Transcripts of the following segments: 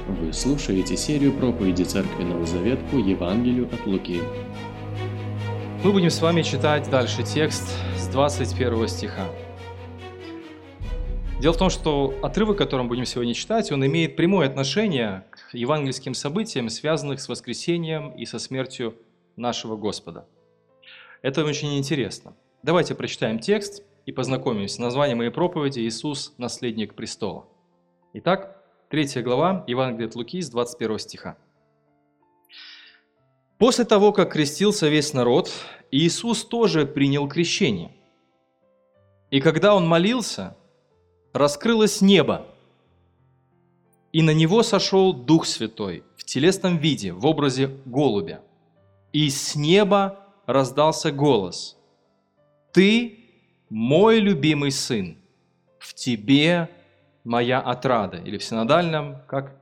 Вы слушаете серию проповеди Церкви Новый Завет по Евангелию от Луки. Мы будем с вами читать дальше текст с 21 стиха. Дело в том, что отрывок, который мы будем сегодня читать, он имеет прямое отношение к евангельским событиям, связанных с воскресением и со смертью нашего Господа. Это очень интересно. Давайте прочитаем текст и познакомимся. Название моей проповеди «Иисус, наследник престола». Итак, 3 глава Евангелия от Луки с 21 стиха. «После того, как крестился весь народ, Иисус тоже принял крещение. И когда Он молился, раскрылось небо, и на Него сошел Дух Святой в телесном виде, в образе голубя. И с неба раздался голос: «Ты мой любимый Сын, в Тебе моя отрада». Или в синодальном, как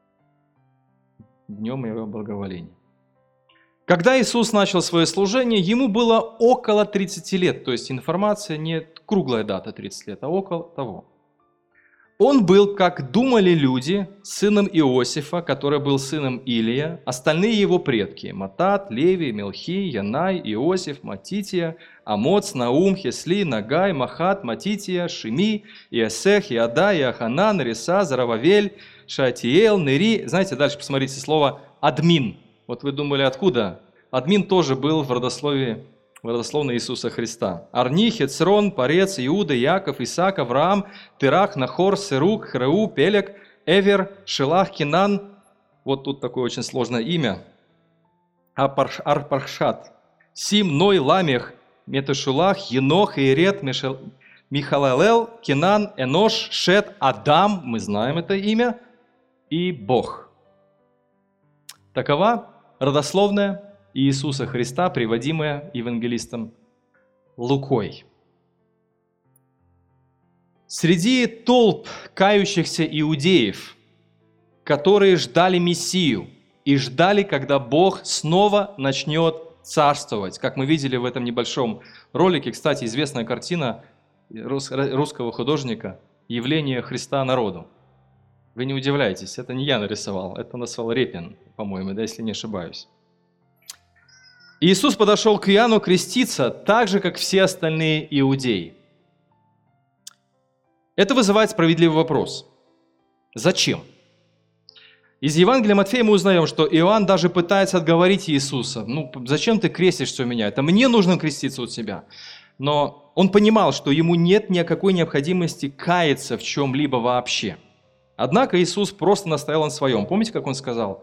днем моего благоволения. Когда Иисус начал свое служение, ему было около 30 лет, то есть информация не круглая дата 30 лет, а около того. Он был, как думали люди, сыном Иосифа, который был сыном Илия, остальные его предки – Матат, Левий, Мелхи, Янай, Иосиф, Матития, Амоц, Наум, Хесли, Нагай, Махат, Матития, Шими, Иосех, Иада, Иоханан, Риса, Зарававель, Шаатиэл, Нери. Знаете, дальше посмотрите слово «админ». Вот вы думали, откуда? Админ тоже был в родословной Иисуса Христа. Арни, Хецрон, Парец, Иуда, Яков, Исаак, Авраам, Терах, Нахор, Серук, Хреу, Пелек, Эвер, Шелах, Кинан. Вот тут такое очень сложное имя. Арпархшад, Сим, Ной, Ламех, Метешулах, Енох, Иерет, Михалелел, Кинан, Энош, Шет, Адам, мы знаем это имя, и Бог. Такова родословная Иисуса Христа, приводимая евангелистом Лукой. Среди толп кающихся иудеев, которые ждали Мессию и ждали, когда Бог снова начнет царствовать, как мы видели в этом небольшом ролике, кстати, известная картина русского художника «Явление Христа народу». Вы не удивляйтесь, это не я нарисовал, это нарисовал Репин, по-моему, да, если не ошибаюсь. Иисус подошел к Иоанну креститься так же, как все остальные иудеи. Это вызывает справедливый вопрос. Зачем? Из Евангелия Матфея мы узнаем, что Иоанн даже пытается отговорить Иисуса. Зачем ты крестишься у меня? Это мне нужно креститься у тебя. Но он понимал, что ему нет никакой необходимости каяться в чем-либо вообще. Однако Иисус просто настоял на своем. Помните, как он сказал?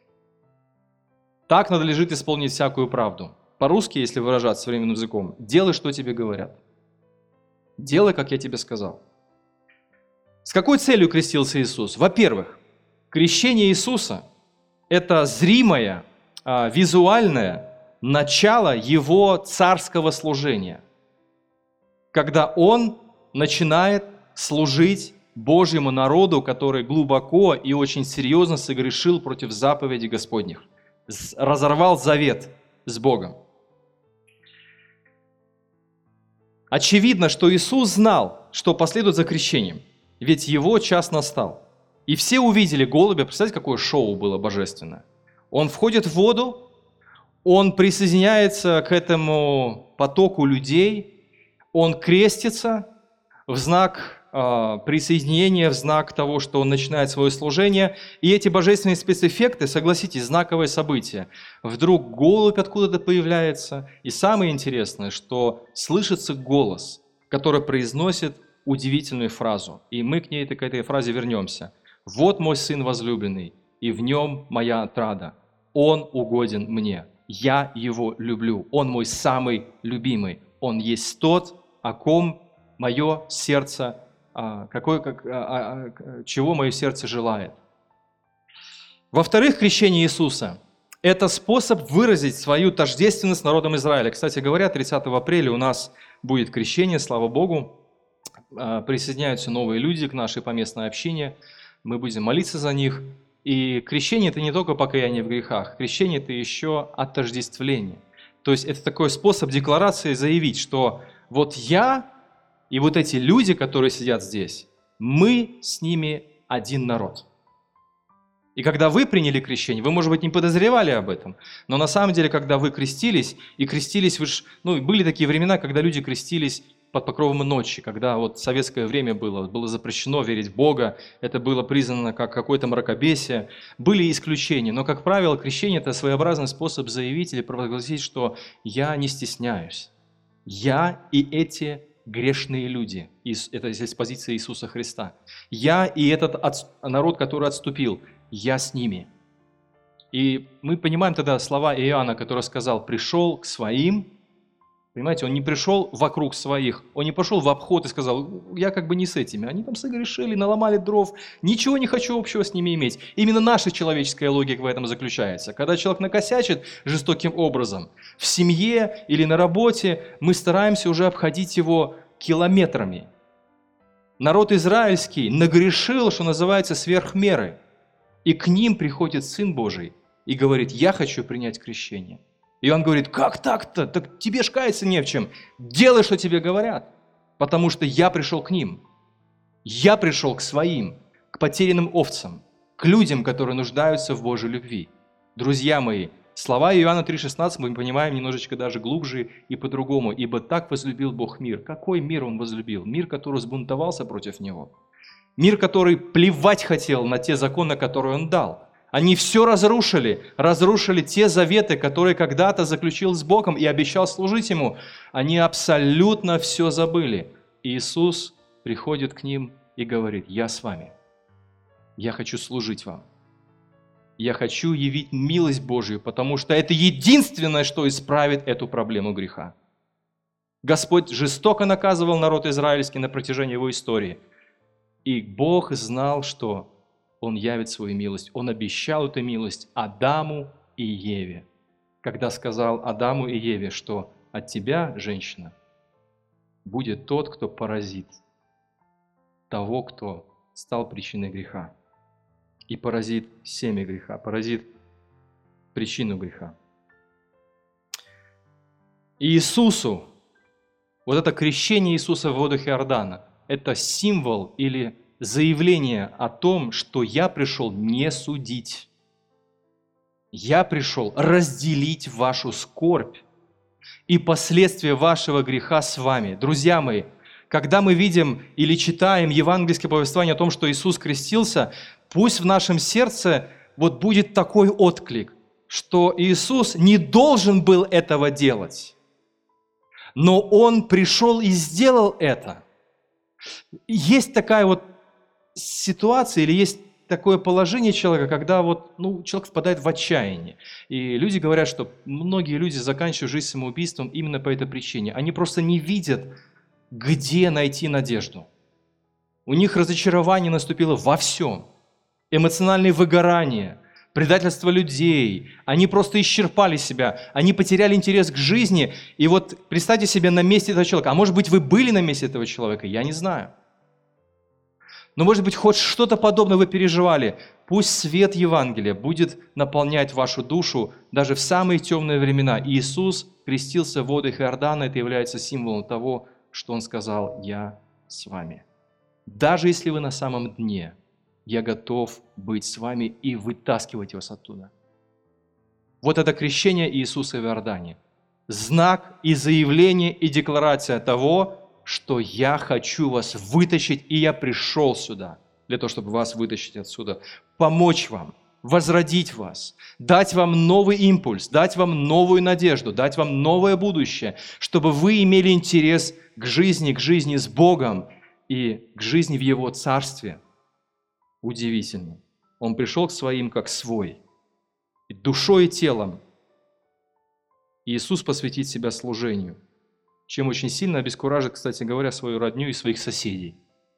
Так надлежит исполнить всякую правду. По-русски, если выражаться современным языком, делай, что тебе говорят. Делай, как я тебе сказал. С какой целью крестился Иисус? Во-первых, крещение Иисуса – это зримое, визуальное начало Его царского служения, когда Он начинает служить Божьему народу, который глубоко и очень серьезно согрешил против заповедей Господних, разорвал завет с Богом. Очевидно, что Иисус знал, что последует за крещением, ведь Его час настал. И все увидели голубя, представьте, какое шоу было божественное. Он входит в воду, он присоединяется к этому потоку людей, он крестится в знак присоединения, в знак того, что он начинает свое служение. И эти божественные спецэффекты, согласитесь, знаковое событие. Вдруг голубь откуда-то появляется. И самое интересное, что слышится голос, который произносит удивительную фразу. И мы к этой фразе вернемся. «Вот мой сын возлюбленный, и в нем моя отрада. Он угоден мне. Я его люблю. Он мой самый любимый. Он есть тот, о ком мое сердце чего мое сердце желает». Во-вторых, крещение Иисуса – это способ выразить свою тождественность с народом Израиля. Кстати говоря, 30 апреля у нас будет крещение, слава Богу. Присоединяются новые люди к нашей поместной общине. Мы будем молиться за них. И крещение – это не только покаяние в грехах. Крещение – это еще отождествление. То есть это такой способ декларации заявить, что вот я и вот эти люди, которые сидят здесь, мы с ними один народ. И когда вы приняли крещение, вы, может быть, не подозревали об этом, но на самом деле, когда вы крестились, вы ж, были такие времена, когда люди крестились под покровом ночи, когда вот советское время было запрещено верить в Бога, это было признано как какое-то мракобесие, были исключения, но, как правило, крещение – это своеобразный способ заявить или провозгласить, что я не стесняюсь, я и эти грешные люди, это здесь позиция Иисуса Христа, я и этот народ, который отступил, я с ними. И мы понимаем тогда слова Иоанна, который сказал, пришел к своим. Понимаете, он не пришел вокруг своих, он не пошел в обход и сказал, я как бы не с этими. Они там согрешили, наломали дров, ничего не хочу общего с ними иметь. Именно наша человеческая логика в этом заключается. Когда человек накосячит жестоким образом, в семье или на работе, мы стараемся уже обходить его километрами. Народ израильский нагрешил, что называется, сверх меры. И к ним приходит Сын Божий и говорит, я хочу принять крещение. И он говорит, как так-то? Так тебе ж каяться не в чем. Делай, что тебе говорят, потому что я пришел к ним. Я пришел к своим, к потерянным овцам, к людям, которые нуждаются в Божьей любви. Друзья мои, слова Иоанна 3,16 мы понимаем немножечко даже глубже и по-другому. Ибо так возлюбил Бог мир. Какой мир Он возлюбил? Мир, который взбунтовался против Него. Мир, который плевать хотел на те законы, которые Он дал. Они все разрушили те заветы, которые когда-то заключил с Богом и обещал служить Ему. Они абсолютно все забыли. И Иисус приходит к ним и говорит, я с вами, я хочу служить вам. Я хочу явить милость Божью, потому что это единственное, что исправит эту проблему греха. Господь жестоко наказывал народ израильский на протяжении его истории. И Бог знал, что Он явит свою милость. Он обещал эту милость Адаму и Еве, когда сказал Адаму и Еве, что от тебя, женщина, будет тот, кто поразит того, кто стал причиной греха, и поразит семя греха, поразит причину греха. И Иисусу, вот это крещение Иисуса в водах Иордана, это символ или заявление о том, что я пришел не судить. Я пришел разделить вашу скорбь и последствия вашего греха с вами. Друзья мои, когда мы видим или читаем евангельское повествование о том, что Иисус крестился, пусть в нашем сердце вот будет такой отклик, что Иисус не должен был этого делать, но Он пришел и сделал это. Есть такая вот ситуация или есть такое положение человека, когда человек впадает в отчаяние. И люди говорят, что многие люди заканчивают жизнь самоубийством именно по этой причине. Они просто не видят, где найти надежду. У них разочарование наступило во всем. Эмоциональное выгорание, предательство людей. Они просто исчерпали себя. Они потеряли интерес к жизни. И вот представьте себе на месте этого человека. А может быть, вы были на месте этого человека? Я не знаю. Но, может быть, хоть что-то подобное вы переживали. Пусть свет Евангелия будет наполнять вашу душу даже в самые темные времена. И Иисус крестился в водах Иордана. Это является символом того, что Он сказал, «Я с вами». Даже если вы на самом дне, я готов быть с вами и вытаскивать вас оттуда. Вот это крещение Иисуса в Иордане. Знак и заявление и декларация того, что я хочу вас вытащить, и я пришел сюда для того, чтобы вас вытащить отсюда, помочь вам, возродить вас, дать вам новый импульс, дать вам новую надежду, дать вам новое будущее, чтобы вы имели интерес к жизни с Богом и к жизни в Его Царстве. Удивительно. Он пришел к своим как свой, и душой и телом. Иисус посвятит себя служению, чем очень сильно обескуражит, кстати говоря, свою родню и своих соседей.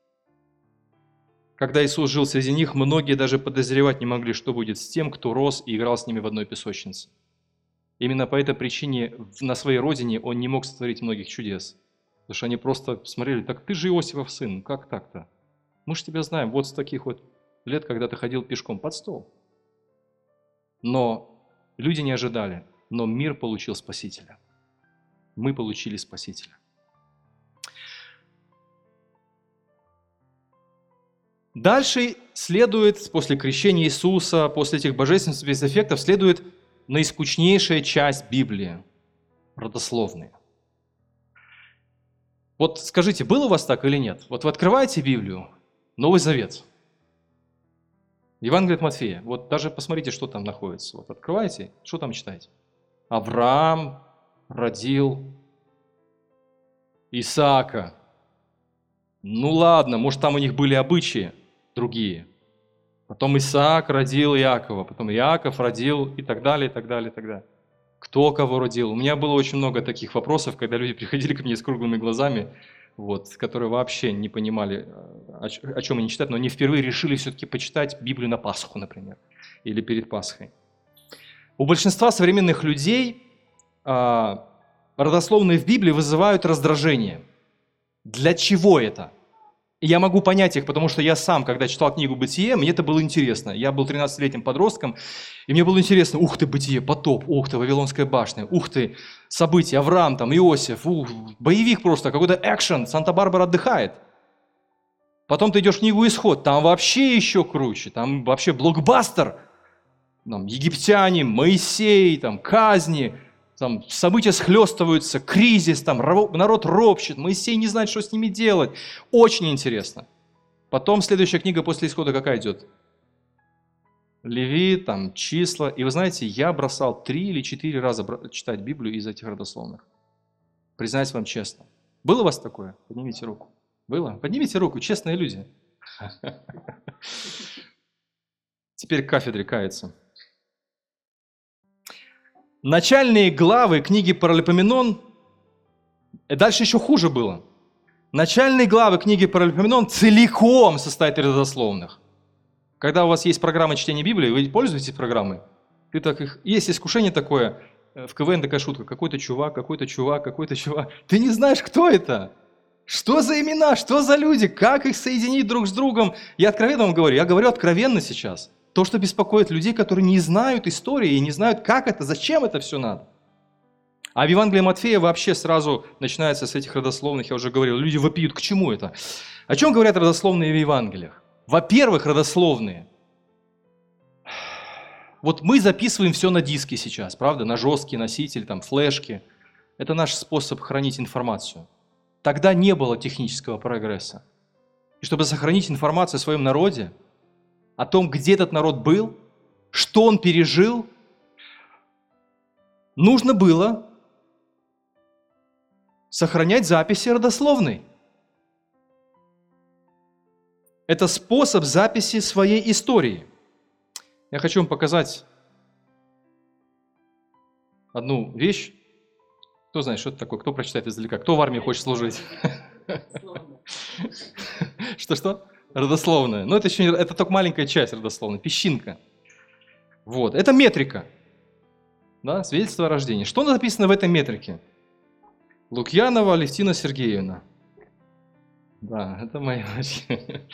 Когда Иисус жил среди них, многие даже подозревать не могли, что будет с тем, кто рос и играл с ними в одной песочнице. Именно по этой причине на своей родине Он не мог сотворить многих чудес. Потому что они просто смотрели, так ты же Иосифов сын, как так-то? Мы же тебя знаем, вот с таких вот лет, когда ты ходил пешком под стол. Но люди не ожидали, но мир получил Спасителя. Мы получили Спасителя. Дальше следует, после крещения Иисуса, после этих божественных спецэффектов, следует наискучнейшая часть Библии – родословные. Вот скажите, было у вас так или нет? Вот вы открываете Библию, Новый Завет, Евангелие от Матфея, вот даже посмотрите, что там находится. Вот открываете, что там читаете? Авраам родил Исаака. Ну ладно, может там у них были обычаи другие. Потом Исаак родил Иакова, потом Иаков родил и так далее, и так далее, и так далее. Кто кого родил? У меня было очень много таких вопросов, когда люди приходили ко мне с круглыми глазами, вот, которые вообще не понимали, о чем они читают, но они впервые решили все-таки почитать Библию на Пасху, например, или перед Пасхой. У большинства современных людей родословные в Библии вызывают раздражение. Для чего это? И я могу понять их, потому что я сам, когда читал книгу «Бытие», мне это было интересно. Я был 13-летним подростком, и мне было интересно, ух ты, «Бытие», потоп, ух ты, Вавилонская башня, ух ты, события, Авраам, там, Иосиф, боевик просто, какой-то экшен, Санта-Барбара отдыхает. Потом ты идешь в книгу «Исход», там вообще еще круче, там вообще блокбастер, там, египтяне, Моисей, там, казни, там события схлестываются, кризис, там народ ропщет, Моисей не знает, что с ними делать. Очень интересно. Потом следующая книга после Исхода какая идет? Левит, там, числа. И вы знаете, я бросал 3 или 4 раза читать Библию из этих родословных. Признаюсь вам честно. Было у вас такое? Поднимите руку. Было? Поднимите руку, честные люди. Теперь к кафедре каяться. Начальные главы книги Паралипоменон, дальше еще хуже было. Начальные главы книги Паралипоменон целиком состоят из родословных. Когда у вас есть программа чтения Библии, вы пользуетесь программой? Есть искушение такое, в КВН такая шутка, какой-то чувак, какой-то чувак, какой-то чувак. Ты не знаешь, кто это? Что за имена, что за люди, как их соединить друг с другом? Я откровенно вам говорю, я говорю откровенно сейчас. То, что беспокоит людей, которые не знают истории и не знают, как это, зачем это все надо. А в Евангелии Матфея вообще сразу начинается с этих родословных, я уже говорил, люди вопиют, к чему это? О чем говорят родословные в Евангелиях? Во-первых, родословные. Вот мы записываем все на диске сейчас, правда? На жесткий носитель, там, флешки. Это наш способ хранить информацию. Тогда не было технического прогресса. И чтобы сохранить информацию о своем народе, о том, где этот народ был, что он пережил, нужно было сохранять записи родословной. Это способ записи своей истории. Я хочу вам показать одну вещь. Кто знает, что это такое? Кто прочитает издалека? Кто в армии хочет служить? Что-что? Родословная. Но это только маленькая часть родословной, песчинка. Вот. Это метрика. Да? Свидетельство о рождении. Что написано в этой метрике? Лукьянова Алевтина Сергеевна. Да, это моя дочь.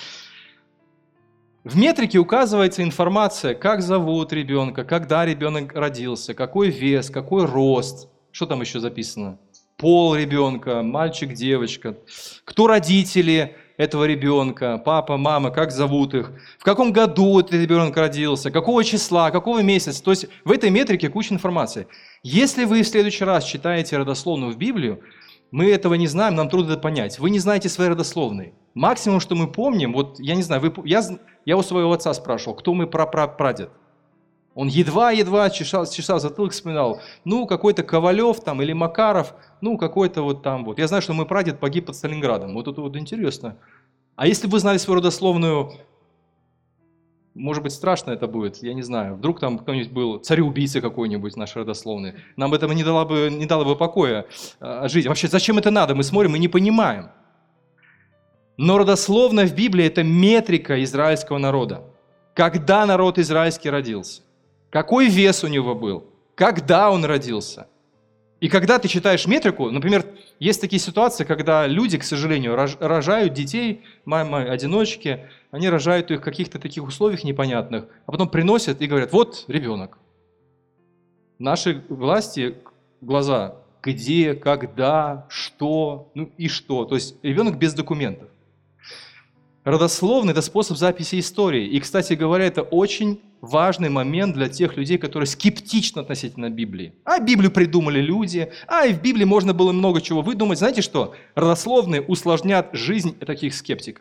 В метрике указывается информация, как зовут ребенка, когда ребенок родился, какой вес, какой рост. Что там еще записано? Пол ребенка, мальчик, девочка. Кто родители этого ребенка, папа, мама, как зовут их, в каком году этот ребенок родился, какого числа, какого месяца. То есть в этой метрике куча информации. Если вы в следующий раз читаете родословную в Библию, мы этого не знаем, нам трудно это понять. Вы не знаете своей родословной. Максимум, что мы помним, вот я не знаю, я у своего отца спрашивал, кто мой прапрадед. Он едва-едва чесал затылок, вспоминал, ну, какой-то Ковалев там или Макаров, ну, какой-то вот там вот. Я знаю, что мой прадед погиб под Сталинградом. Вот это вот интересно. А если бы вы знали свою родословную, может быть, страшно это будет, я не знаю. Вдруг там кто-нибудь был царь-убийца какой-нибудь нашей родословной. Нам этого не дало бы покоя жить. Вообще, зачем это надо? Мы смотрим и не понимаем. Но родословная в Библии – это метрика израильского народа. Когда народ израильский родился. Какой вес у него был? Когда он родился? И когда ты читаешь метрику, например, есть такие ситуации, когда люди, к сожалению, рожают детей, мамы-одиночки, они рожают их в каких-то таких условиях непонятных, а потом приносят и говорят, вот ребенок. Наши власти, глаза, где, когда, что, ну и что. То есть ребенок без документов. Родословный – это способ записи истории. И, кстати говоря, это очень важный момент для тех людей, которые скептичны относительно Библии. А Библию придумали люди, и в Библии можно было много чего выдумать. Знаете что? Родословные усложнят жизнь таких скептиков.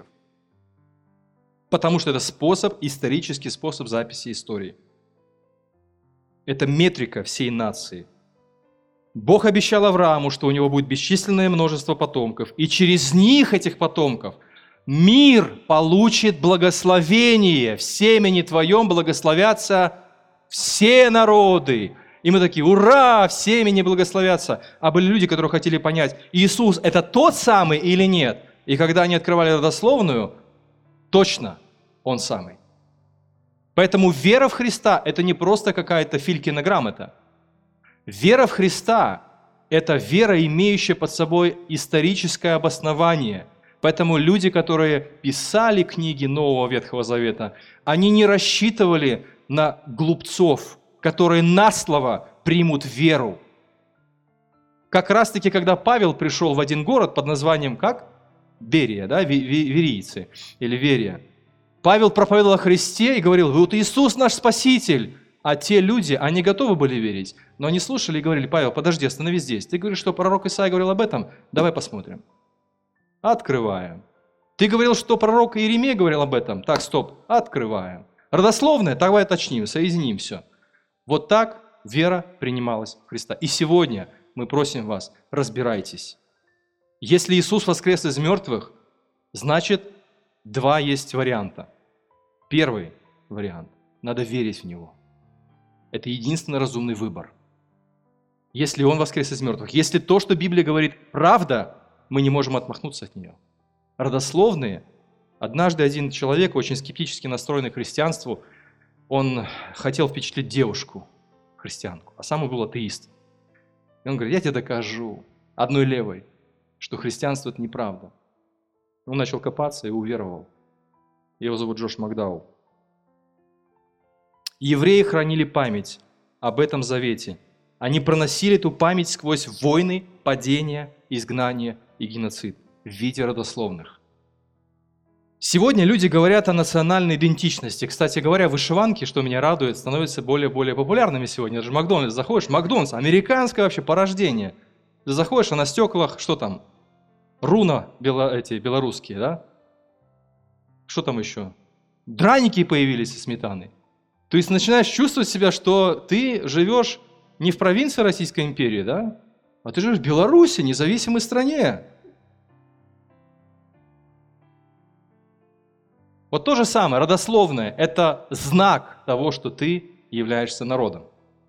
Потому что это исторический способ записи истории. Это метрика всей нации. Бог обещал Аврааму, что у него будет бесчисленное множество потомков, и через них, этих потомков, мир получит благословение. В семени твоем благословятся все народы. И мы такие, ура, в семени благословятся. А были люди, которые хотели понять, Иисус это тот самый или нет. И когда они открывали родословную, точно Он самый. Поэтому вера в Христа – это не просто какая-то Филькина грамота. Вера в Христа – это вера, имеющая под собой историческое обоснование. Поэтому люди, которые писали книги Нового Ветхого Завета, они не рассчитывали на глупцов, которые на слово примут веру. Как раз-таки, когда Павел пришел в один город под названием, как? Берия, да, верийцы или Верия. Павел проповедовал о Христе и говорил, вот Иисус наш Спаситель. А те люди, они готовы были верить, но они слушали и говорили, Павел, подожди, остановись здесь. Ты говоришь, что пророк Исаия говорил об этом? Давай посмотрим. Открываем. Ты говорил, что пророк Иеремия говорил об этом? Так, стоп, открываем. Родословное? Давай уточним, соединим все. Вот так вера принималась в Христа. И сегодня мы просим вас, разбирайтесь. Если Иисус воскрес из мертвых, значит, два есть варианта. Первый вариант – надо верить в Него. Это единственный разумный выбор. Если Он воскрес из мертвых, если то, что Библия говорит, правда, мы не можем отмахнуться от нее. Родословные. Однажды один человек, очень скептически настроенный к христианству, он хотел впечатлить девушку, христианку, а сам он был атеист. И он говорит, я тебе докажу, одной левой, что христианство – это неправда. Он начал копаться и уверовал. Его зовут Джош Макдауэлл. Евреи хранили память об этом завете. Они проносили эту память сквозь войны, падения, изгнания и геноцид в виде родословных. Сегодня люди говорят о национальной идентичности. Кстати говоря, вышиванки, что меня радует, становятся более популярными сегодня. Даже в Макдональдс заходишь, Макдональдс, американское вообще порождение. Ты заходишь, а на стеклах, что там? Руна белорусские, да? Что там еще? Драники появились со сметаной. То есть начинаешь чувствовать себя, что ты живешь не в провинции Российской империи, да? А ты живешь в Беларуси, независимой стране. Вот то же самое, родословное – это знак того, что ты являешься народом.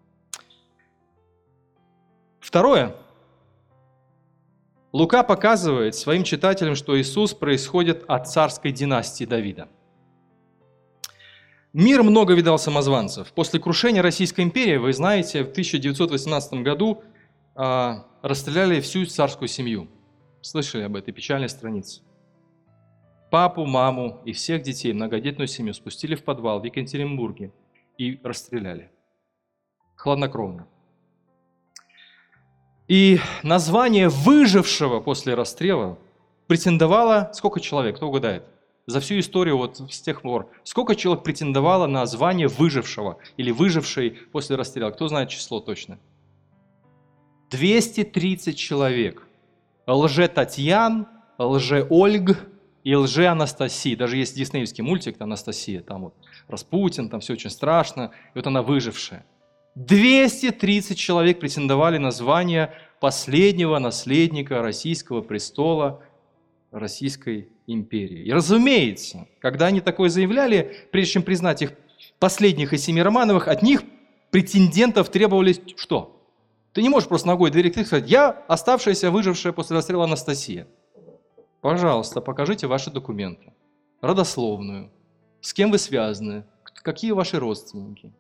Второе. Лука показывает своим читателям, что Иисус происходит от царской династии Давида. Мир много видал самозванцев. После крушения Российской империи, вы знаете, в 1918 году расстреляли всю царскую семью. Слышали об этой печальной странице? Папу, маму и всех детей, многодетную семью спустили в подвал в Екатеринбурге и расстреляли. Хладнокровно. И название выжившего после расстрела претендовало... Сколько человек? Кто угадает? За всю историю вот с тех пор. Сколько человек претендовало на звание выжившего или выжившей после расстрела? Кто знает число точно? 230 человек. Лже-Татьян, Лже-Ольг и Лже-Анастасия. Даже есть диснеевский мультик «Анастасия». Там вот Распутин, там все очень страшно. И вот она выжившая. 230 человек претендовали на звание последнего наследника российского престола Российской империи. И разумеется, когда они такое заявляли, прежде чем признать их последних из 7 Романовых, от них претендентов требовались что? Ты не можешь просто ногой двери сказать, я оставшаяся, выжившая после расстрела Анастасия. Пожалуйста, покажите ваши документы, родословную, с кем вы связаны, какие ваши родственники.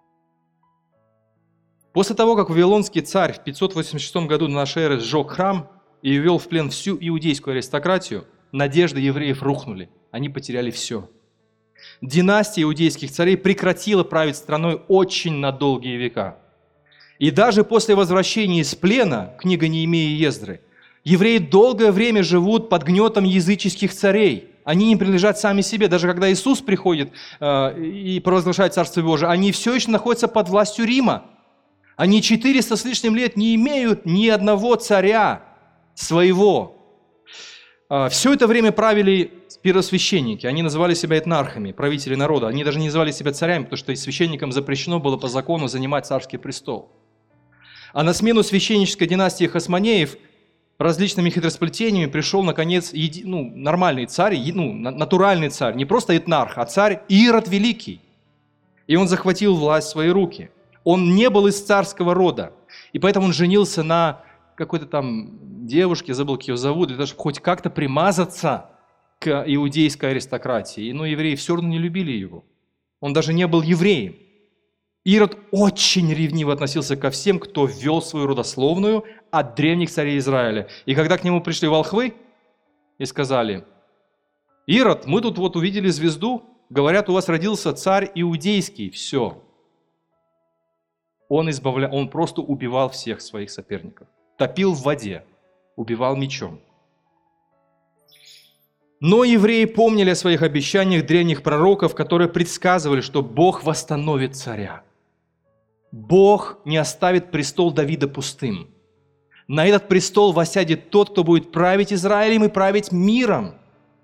После того, как вавилонский царь в 586 году до нашей эры сжег храм и ввел в плен всю иудейскую аристократию, надежды евреев рухнули, они потеряли все. Династия иудейских царей прекратила править страной очень на долгие века. И даже после возвращения из плена, книга Неемии и Ездры, евреи долгое время живут под гнетом языческих царей. Они не принадлежат сами себе. Даже когда Иисус приходит и провозглашает Царство Божие, они все еще находятся под властью Рима. Они 400 с лишним лет не имеют ни одного царя своего. Все это время правили первосвященники. Они называли себя этнархами, правители народа. Они даже не называли себя царями, потому что священникам запрещено было по закону занимать царский престол. А на смену священнической династии Хасмонеев различными хитросплетениями пришел, наконец, нормальный царь, натуральный царь, не просто этнарх, а царь Ирод Великий. И он захватил власть в свои руки. Он не был из царского рода, и поэтому он женился на какой-то там девушке, забыл, как ее зовут, для того, чтобы хоть как-то примазаться к иудейской аристократии. Но евреи все равно не любили его. Он даже не был евреем. Ирод очень ревниво относился ко всем, кто ввел свою родословную от древних царей Израиля. И когда к нему пришли волхвы и сказали: «Ирод, мы тут вот увидели звезду, говорят, у вас родился царь иудейский». Все. Он просто убивал всех своих соперников. Топил в воде, убивал мечом. Но евреи помнили о своих обещаниях древних пророков, которые предсказывали, что Бог восстановит царя. Бог не оставит престол Давида пустым. На этот престол воссядет тот, кто будет править Израилем и править миром.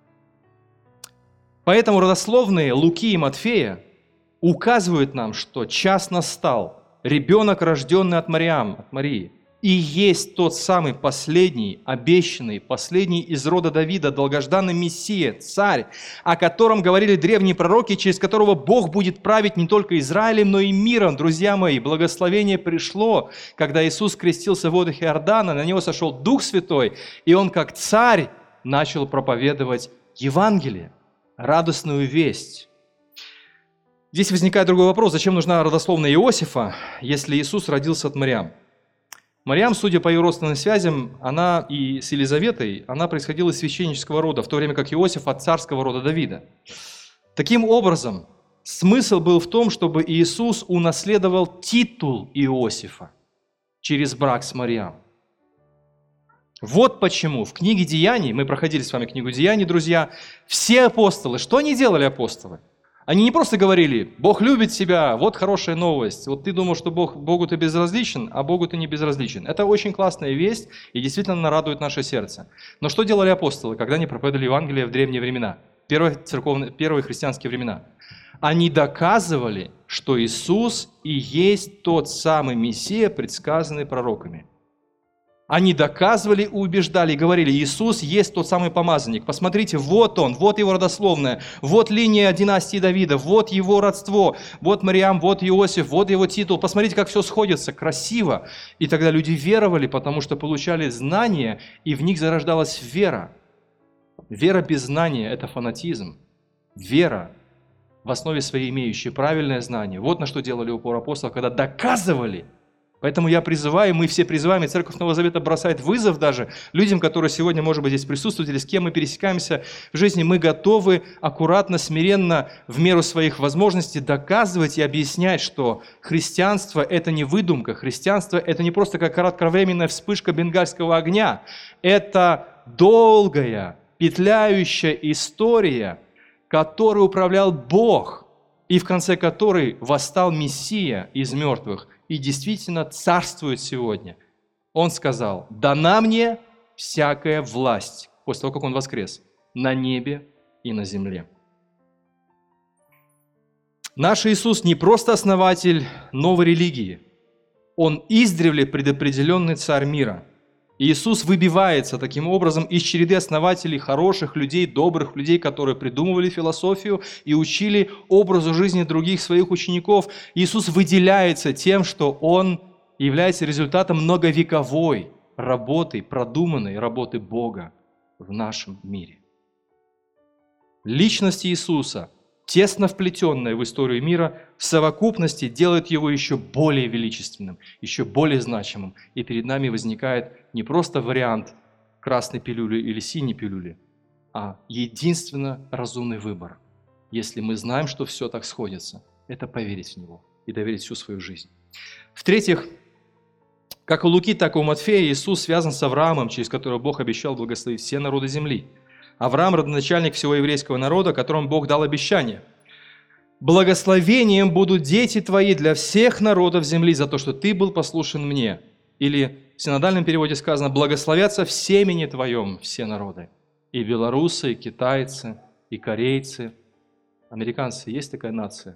Поэтому родословные Луки и Матфея указывают нам, что час настал, ребенок, рожденный от Марии, и есть тот самый последний, обещанный, последний из рода Давида, долгожданный Мессия, царь, о котором говорили древние пророки, через которого Бог будет править не только Израилем, но и миром. Друзья мои, благословение пришло, когда Иисус крестился в водах Иордана, на него сошел Дух Святой, и он как царь начал проповедовать Евангелие, радостную весть. Здесь возникает другой вопрос: зачем нужна родословная Иосифа, если Иисус родился от Мариам? Мариам, судя по ее родственным связям, она и с Елизаветой, она происходила из священнического рода, в то время как Иосиф от царского рода Давида. Таким образом, смысл был в том, чтобы Иисус унаследовал титул Иосифа через брак с Мариам. Вот почему в книге Деяний, мы проходили с вами книгу Деяний, друзья, все апостолы, что они делали, апостолы? Они не просто говорили: Бог любит тебя, вот хорошая новость. Вот ты думал, что Богу ты безразличен, а Богу ты не безразличен. Это очень классная весть, и действительно она радует наше сердце. Но что делали апостолы, когда они проповедовали Евангелие в древние времена, первые христианские времена? Они доказывали, что Иисус и есть тот самый Мессия, предсказанный пророками. Они доказывали, убеждали и говорили: Иисус есть тот самый помазанник. Посмотрите, вот он, вот его родословная, вот линия династии Давида, вот его родство, вот Мариам, вот Иосиф, вот его титул. Посмотрите, как все сходится, красиво. И тогда люди веровали, потому что получали знания, и в них зарождалась вера. Вера без знания – это фанатизм. Вера, в основе своей имеющая правильное знание. Вот на что делали упор апостолов, когда доказывали. Поэтому я призываю, мы все призываем, и Церковь Нового Завета бросает вызов даже людям, которые сегодня, может быть, здесь присутствуют, или с кем мы пересекаемся в жизни. Мы готовы аккуратно, смиренно, в меру своих возможностей доказывать и объяснять, что христианство – это не выдумка, христианство – это не просто как кратковременная вспышка бенгальского огня. Это долгая, петляющая история, которой управлял Бог, и в конце которой восстал Мессия из мертвых и действительно царствует сегодня. Он сказал: «Дана мне всякая власть», после того, как Он воскрес, на небе и на земле. Наш Иисус не просто основатель новой религии, Он издревле предопределенный царь мира. Иисус выбивается таким образом из череды основателей, хороших людей, добрых людей, которые придумывали философию и учили образу жизни других своих учеников. Иисус выделяется тем, что Он является результатом многовековой работы, продуманной работы Бога в нашем мире. Личность Иисуса, тесно вплетенная в историю мира, в совокупности делает Его еще более величественным, еще более значимым. И перед нами возникает не просто вариант красной пилюли или синей пилюли, а единственно разумный выбор. Если мы знаем, что все так сходится, это поверить в Него и доверить всю свою жизнь. В-третьих, как у Луки, так и у Матфея Иисус связан с Авраамом, через которого Бог обещал благословить все народы земли. Авраам – родоначальник всего еврейского народа, которому Бог дал обещание. «Благословением будут дети твои для всех народов земли за то, что ты был послушен мне». Или в синодальном переводе сказано «Благословятся в семени твоем все народы». И белорусы, и китайцы, и корейцы. Американцы, есть такая нация?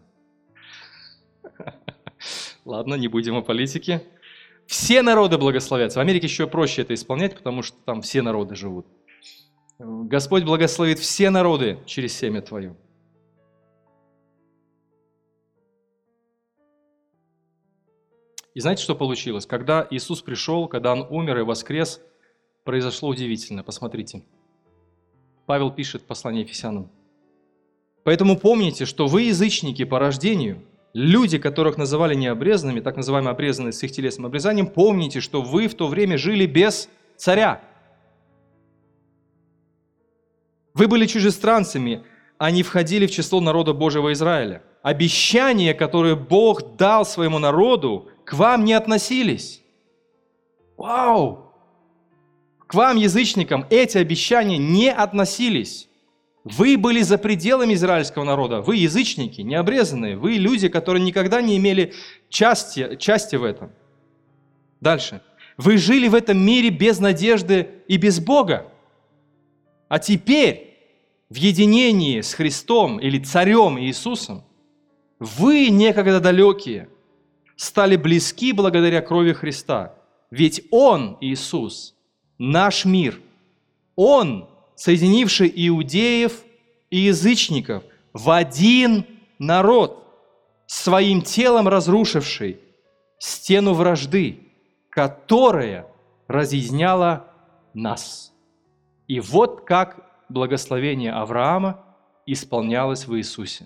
Ладно, не будем о политике. Все народы благословятся. В Америке еще проще это исполнять, потому что там все народы живут. Господь благословит все народы через семя твое. И знаете, что получилось? Когда Иисус пришел, когда Он умер и воскрес, произошло удивительно. Посмотрите. Павел пишет в послании Ефесянам. «Поэтому помните, что вы язычники по рождению, люди, которых называли необрезанными, так называемые обрезанные с их телесным обрезанием, помните, что вы в то время жили без царя. Вы были чужестранцами, а не входили в число народа Божьего Израиля. Обещания, которые Бог дал своему народу, к вам не относились». Вау! К вам, язычникам, эти обещания не относились. Вы были за пределами израильского народа. Вы язычники, необрезанные. Вы люди, которые никогда не имели части в этом. Дальше. Вы жили в этом мире без надежды и без Бога. А теперь, в единении с Христом или Царем Иисусом, вы, некогда далекие, стали близки благодаря крови Христа. Ведь Он, Иисус, наш мир. Он, соединивший иудеев и язычников в один народ, своим телом разрушивший стену вражды, которая разъединяла нас. И вот как благословение Авраама исполнялось в Иисусе.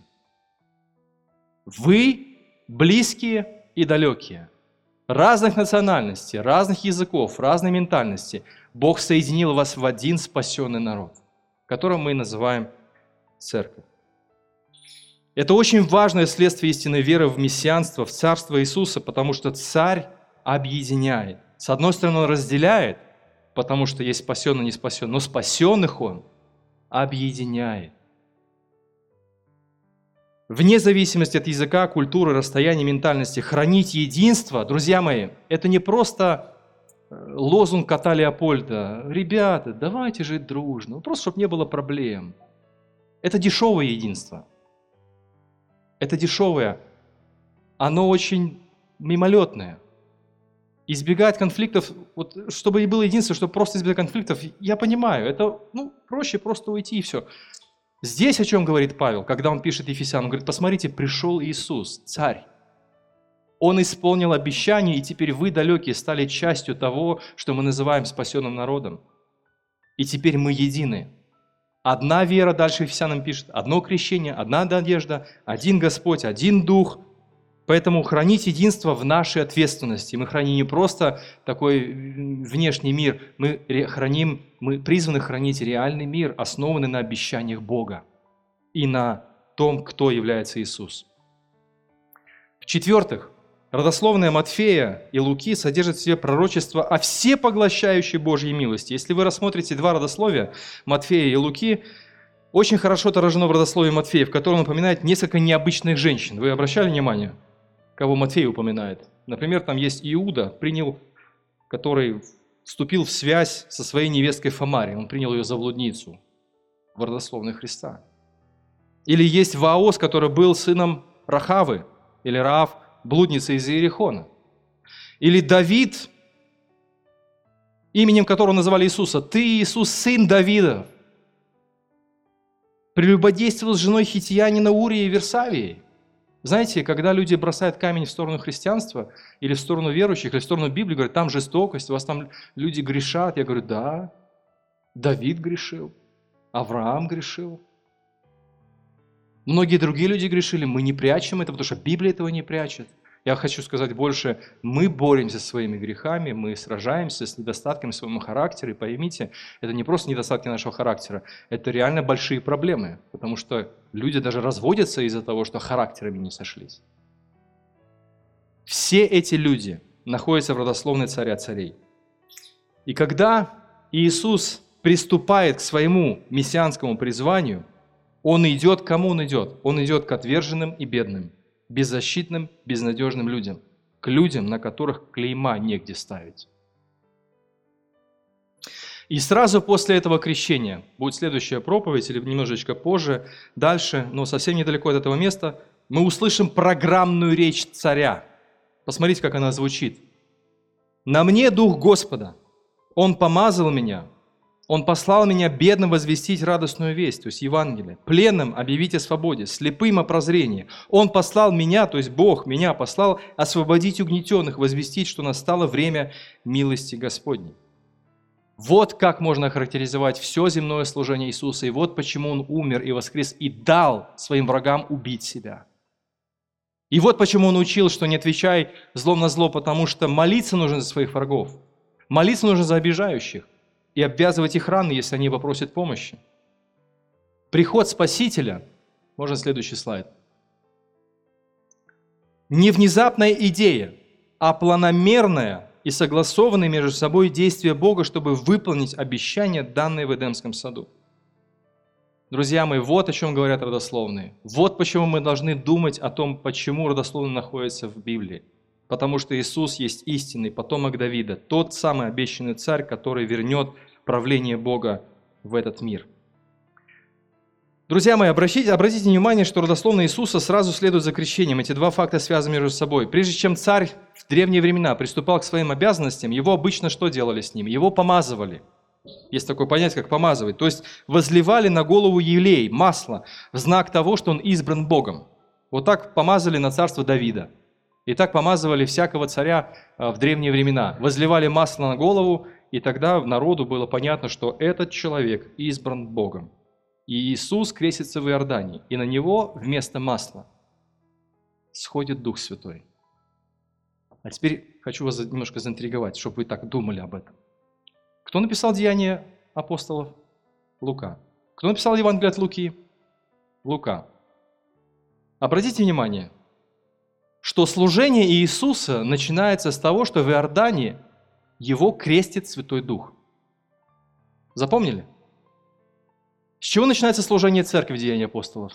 Вы близкие и далекие, разных национальностей, разных языков, разной ментальности, Бог соединил вас в один спасенный народ, которого мы называем церковь. Это очень важное следствие истинной веры в мессианство, в царство Иисуса, потому что царь объединяет. С одной стороны, он разделяет, потому что есть спасенный и не спасенный, но спасенных он объединяет. Вне зависимости от языка, культуры, расстояния, ментальности, хранить единство, друзья мои, это не просто лозунг кота Леопольда. Ребята, давайте жить дружно, просто чтобы не было проблем. Это дешевое единство. Это дешевое. Оно очень мимолетное. Избегать конфликтов, вот, чтобы было единство, чтобы просто избегать конфликтов, я понимаю, это проще просто уйти и все. Здесь о чем говорит Павел, когда он пишет Ефесянам, он говорит, посмотрите, пришел Иисус, Царь. Он исполнил обещание, и теперь вы, далекие, стали частью того, что мы называем спасенным народом. И теперь мы едины. Одна вера, дальше Ефесянам пишет, одно крещение, одна надежда, один Господь, один Дух. Поэтому хранить единство в нашей ответственности. Мы храним не просто такой внешний мир, мы призваны хранить реальный мир, основанный на обещаниях Бога и на том, кто является Иисус. В-четвертых, родословная Матфея и Луки содержит в себе пророчество о всепоглощающей Божьей милости. Если вы рассмотрите два родословия, Матфея и Луки, очень хорошо отражено в родословии Матфея, в котором упоминает несколько необычных женщин. Вы обращали внимание, кого Матфей упоминает? Например, там есть Иуда, который вступил в связь со своей невесткой Фомарией. Он принял ее за блудницу в родословной Христа. Или есть Ваос, который был сыном Рахавы, или Раав, блудница из Иерихона. Или Давид, именем которого называли Иисуса. Ты, Иисус, сын Давида. Прелюбодействовал с женой хитиянина Урии и Версавии. Знаете, когда люди бросают камень в сторону христианства, или в сторону верующих, или в сторону Библии, говорят, там жестокость, у вас там люди грешат. Я говорю, да, Давид грешил, Авраам грешил. Многие другие люди грешили, мы не прячем это, потому что Библия этого не прячет. Я хочу сказать больше, мы боремся со своими грехами, мы сражаемся с недостатками своего характера. И поймите, это не просто недостатки нашего характера, это реально большие проблемы, потому что люди даже разводятся из-за того, что характерами не сошлись. Все эти люди находятся в родословной царя царей. И когда Иисус приступает к своему мессианскому призванию, он идет, к кому он идет? Он идет к отверженным и бедным, беззащитным, безнадежным людям, к людям, на которых клейма негде ставить. И сразу после этого крещения будет следующая проповедь, или немножечко позже, дальше, но совсем недалеко от этого места, мы услышим программную речь царя. Посмотрите, как она звучит. «На мне Дух Господа, Он помазал меня, Он послал меня бедным возвестить радостную весть», то есть Евангелие, «пленным объявить о свободе, слепым о прозрении. Он послал меня, то есть Бог меня послал освободить угнетенных, возвестить, что настало время милости Господней». Вот как можно охарактеризовать все земное служение Иисуса, и вот почему Он умер и воскрес, и дал своим врагам убить себя. И вот почему Он учил, что не отвечай злом на зло, потому что молиться нужно за своих врагов, молиться нужно за обижающих, и обвязывать их раны, если они попросят помощи. Приход Спасителя, можно следующий слайд, не внезапная идея, а планомерная и согласованные между собой действия Бога, чтобы выполнить обещания, данные в Эдемском саду. Друзья мои, вот о чем говорят родословные. Вот почему мы должны думать о том, почему родословные находятся в Библии. Потому что Иисус есть истинный потомок Давида, тот самый обещанный царь, который вернет правление Бога в этот мир. Друзья мои, обратите внимание, что родословная Иисуса сразу следует за крещением. Эти два факта связаны между собой. Прежде чем царь в древние времена приступал к своим обязанностям, его обычно что делали с ним? Его помазывали. Есть такое понятие, как помазывать. То есть возливали на голову елей, масло, в знак того, что он избран Богом. Вот так помазали на царство Давида. И так помазывали всякого царя в древние времена. Возливали масло на голову, и тогда народу было понятно, что этот человек избран Богом. И Иисус крестится в Иордании, и на него вместо масла сходит Дух Святой. А теперь хочу вас немножко заинтриговать, чтобы вы так думали об этом. Кто написал Деяния апостолов? Лука. Кто написал Евангелие от Луки? Лука. Обратите внимание, что служение Иисуса начинается с того, что в Иордании его крестит Святой Дух. Запомнили? С чего начинается служение церкви в Деянии апостолов?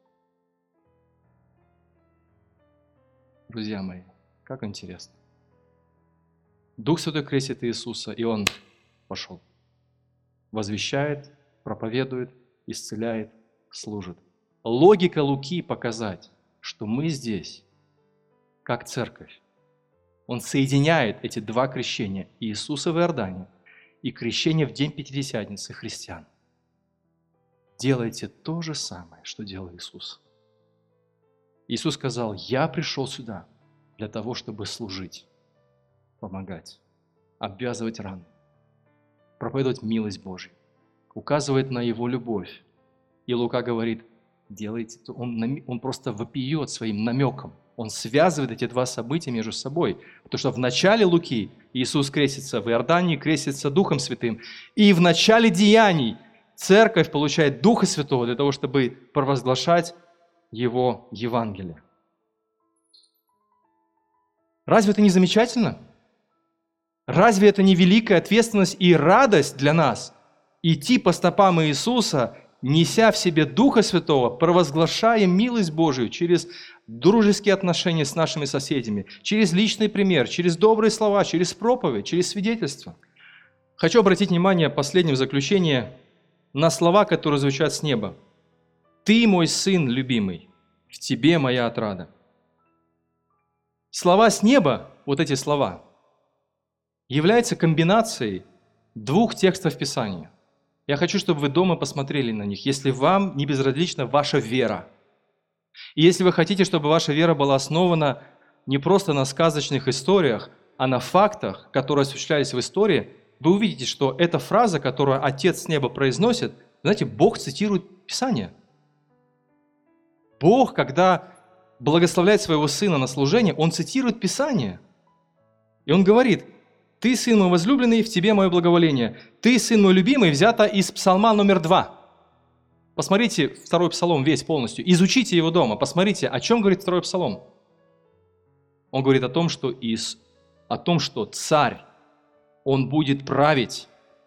Друзья мои, как интересно. Дух Святой крестит Иисуса, и Он пошел. Возвещает, проповедует, исцеляет, служит. Логика Луки показать, что мы здесь, как церковь. Он соединяет эти два крещения, Иисуса в Иордане и крещение в день Пятидесятницы христиан. Делайте то же самое, что делал Иисус. Иисус сказал: «Я пришел сюда для того, чтобы служить, помогать, обвязывать раны, проповедовать милость Божью». Указывает на Его любовь. И Лука говорит: делайте то. Он просто вопиет своим намеком. Он связывает эти два события между собой. Потому что в начале Луки Иисус крестится в Иордании, крестится Духом Святым. И в начале Деяний Церковь получает Духа Святого для того, чтобы провозглашать Его Евангелие. Разве это не замечательно? Разве это не великая ответственность и радость для нас идти по стопам Иисуса, неся в себе Духа Святого, провозглашая милость Божию через дружеские отношения с нашими соседями, через личный пример, через добрые слова, через проповедь, через свидетельство? Хочу обратить внимание, последнее в заключение, на слова, которые звучат с неба. «Ты мой сын любимый, в тебе моя отрада». Слова с неба, вот эти слова, являются комбинацией двух текстов Писания. Я хочу, чтобы вы дома посмотрели на них, если вам не безразлична ваша вера. И если вы хотите, чтобы ваша вера была основана не просто на сказочных историях, а на фактах, которые осуществлялись в истории, вы увидите, что эта фраза, которую Отец с неба произносит, знаете, Бог цитирует Писание. Бог, когда благословляет своего Сына на служение, Он цитирует Писание. И Он говорит: «Ты, Сын мой возлюбленный, в тебе мое благоволение. Ты, Сын мой любимый», взято из Псалма номер 2. Посмотрите второй Псалом весь полностью. Изучите его дома. Посмотрите, о чем говорит второй Псалом. Он говорит о том, что царь, он будет править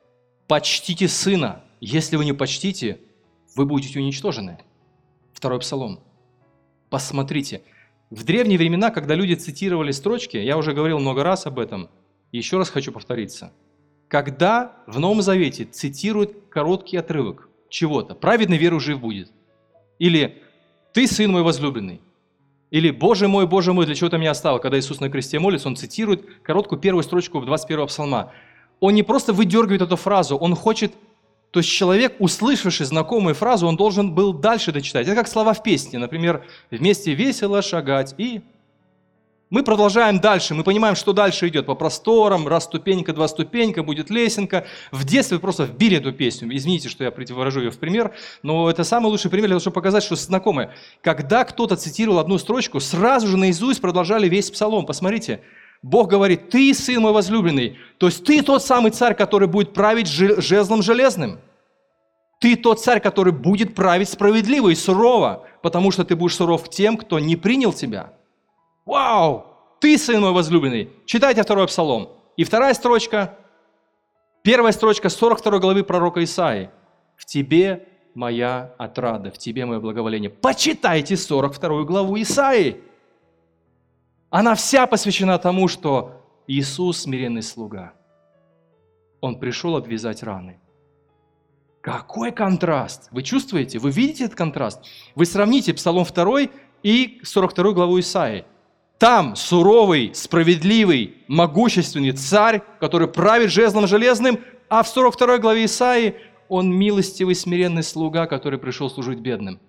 почтите Сына. Если вы не почтите, вы будете уничтожены. Второй Псалом. Посмотрите. В древние времена, когда люди цитировали строчки, я уже говорил много раз об этом, и еще раз хочу повториться. Когда в Новом Завете цитируют короткий отрывок чего-то, праведный верой жив будет. Или «Ты, Сын мой возлюбленный». Или Боже мой, для чего ты меня оставил?» Когда Иисус на кресте молится, Он цитирует короткую первую строчку 21-го псалма. Он не просто выдергивает эту фразу, он хочет... То есть человек, услышавший знакомую фразу, он должен был дальше дочитать. Это как слова в песне. Например, «Вместе весело шагать» и... Мы продолжаем дальше, мы понимаем, что дальше идет. По просторам, раз ступенька, два ступенька, будет лесенка. В детстве вы просто вбили эту песню. Извините, что я выражу ее в пример, но это самый лучший пример для того, чтобы показать, что знакомое. Когда кто-то цитировал одну строчку, сразу же наизусть продолжали весь псалом. Посмотрите, Бог говорит: «Ты, Сын мой возлюбленный». То есть ты тот самый царь, который будет править жезлом железным. Ты тот царь, который будет править справедливо и сурово, потому что ты будешь суров к тем, кто не принял тебя. Вау! Ты, Сын мой возлюбленный. Читайте второй псалом. И вторая строчка, первая строчка 42 главы пророка Исаии. «В тебе моя отрада, в тебе мое благоволение». Почитайте 42 главу Исаии. Она вся посвящена тому, что Иисус смиренный слуга. Он пришел обвязать раны. Какой контраст! Вы чувствуете? Вы видите этот контраст? Вы сравните Псалом 2 и 42 главу Исаии. Там суровый, справедливый, могущественный царь, который правит жезлом железным, а в 42 главе Исаии он милостивый, смиренный слуга, который пришел служить бедным.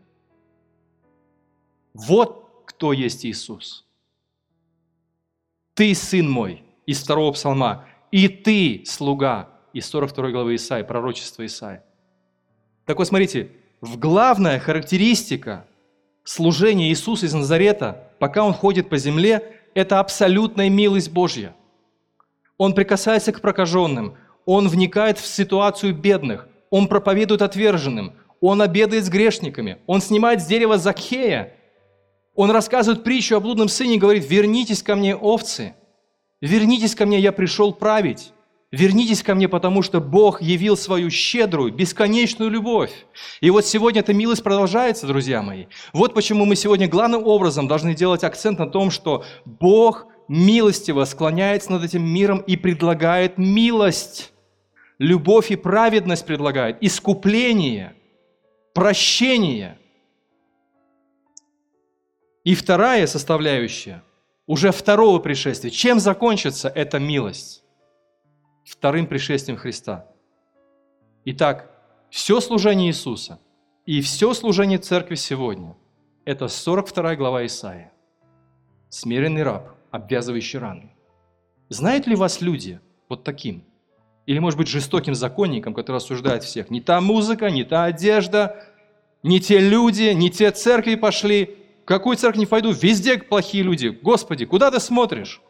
Вот кто есть Иисус. «Ты, Сын мой» из 2 псалма, и «Ты, слуга» из 42 главы Исаии, пророчества Исаии. Так вот, смотрите, главная характеристика служения Иисуса из Назарета, пока Он ходит по земле, это абсолютная милость Божья. Он прикасается к прокаженным, Он вникает в ситуацию бедных, Он проповедует отверженным, Он обедает с грешниками, Он снимает с дерева Закхея, Он рассказывает притчу о блудном сыне и говорит: «Вернитесь ко мне, овцы, вернитесь ко мне, я пришел править». Вернитесь ко мне, потому что Бог явил свою щедрую, бесконечную любовь. И вот сегодня эта милость продолжается, друзья мои. Вот почему мы сегодня главным образом должны делать акцент на том, что Бог милостиво склоняется над этим миром и предлагает милость. Любовь и праведность предлагает, искупление, прощение. И вторая составляющая, уже второго пришествия. Чем закончится эта милость? Вторым пришествием Христа. Итак, все служение Иисуса и все служение Церкви сегодня – это 42 глава Исаии. Смиренный раб, обвязывающий раны. Знают ли вас люди вот таким? Или, может быть, жестоким законником, который осуждает всех? Не та музыка, не та одежда, не те люди, не те церкви пошли. В какую церковь не пойду, везде плохие люди. Господи, куда ты смотришь?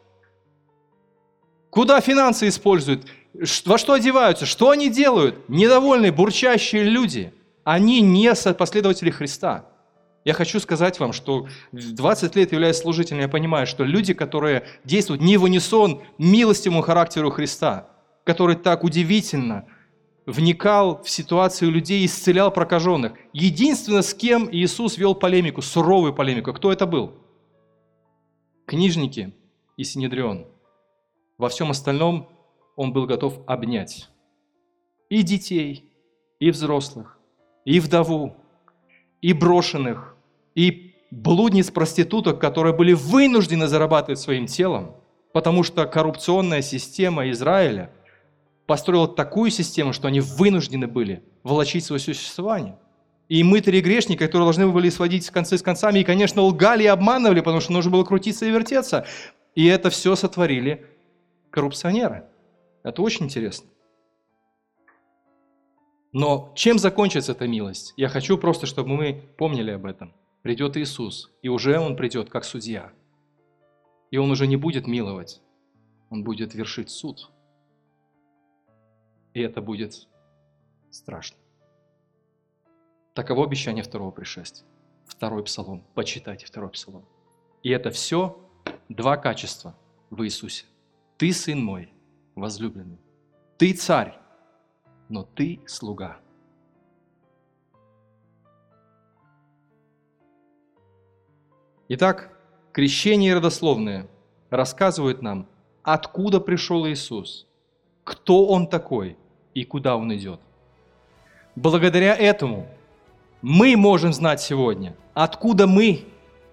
Куда финансы используют? Во что одеваются? Что они делают? Недовольные, бурчащие люди. Они не последователи Христа. Я хочу сказать вам, что 20 лет являясь служителем, я понимаю, что люди, которые действуют не в унисон милостивому характеру Христа, который так удивительно вникал в ситуацию людей и исцелял прокаженных. Единственное, с кем Иисус вел полемику, суровую полемику, кто это был? Книжники и Синедрион. Во всем остальном он был готов обнять и детей, и взрослых, и вдову, и брошенных, и блудниц, проституток, которые были вынуждены зарабатывать своим телом, потому что коррупционная система Израиля построила такую систему, что они вынуждены были волочить свое существование. И мытари грешники, которые должны были сводить концы с концами, и, конечно, лгали и обманывали, потому что нужно было крутиться и вертеться. И это все сотворили коррупционеры. Это очень интересно. Но чем закончится эта милость? Я хочу просто, чтобы мы помнили об этом. Придет Иисус, и уже Он придет как судья. И Он уже не будет миловать, Он будет вершить суд. И это будет страшно. Таково обещание второго пришествия. Второй псалом. Почитайте второй псалом. И это все два качества в Иисусе. Ты, Сын мой, возлюбленный. Ты царь, но ты слуга. Итак, крещение родословное рассказывает нам, откуда пришел Иисус, кто Он такой и куда Он идет. Благодаря этому мы можем знать сегодня, откуда мы,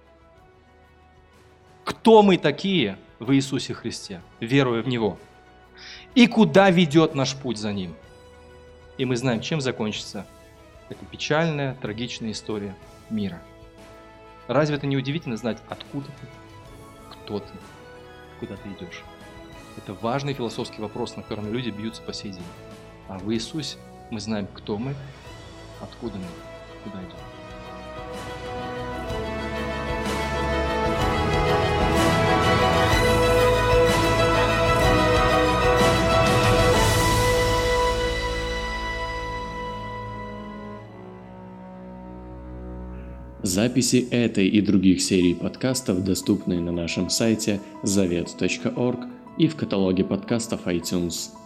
кто мы такие в Иисусе Христе, веруя в Него, и куда ведет наш путь за Ним. И мы знаем, чем закончится эта печальная, трагичная история мира. Разве это не удивительно знать, откуда ты, кто ты, куда ты идешь? Это важный философский вопрос, на котором люди бьются по сей день. А в Иисусе мы знаем, кто мы, откуда мы, куда идем. Записи этой и других серий подкастов доступны на нашем сайте завет.орг и в каталоге подкастов iTunes.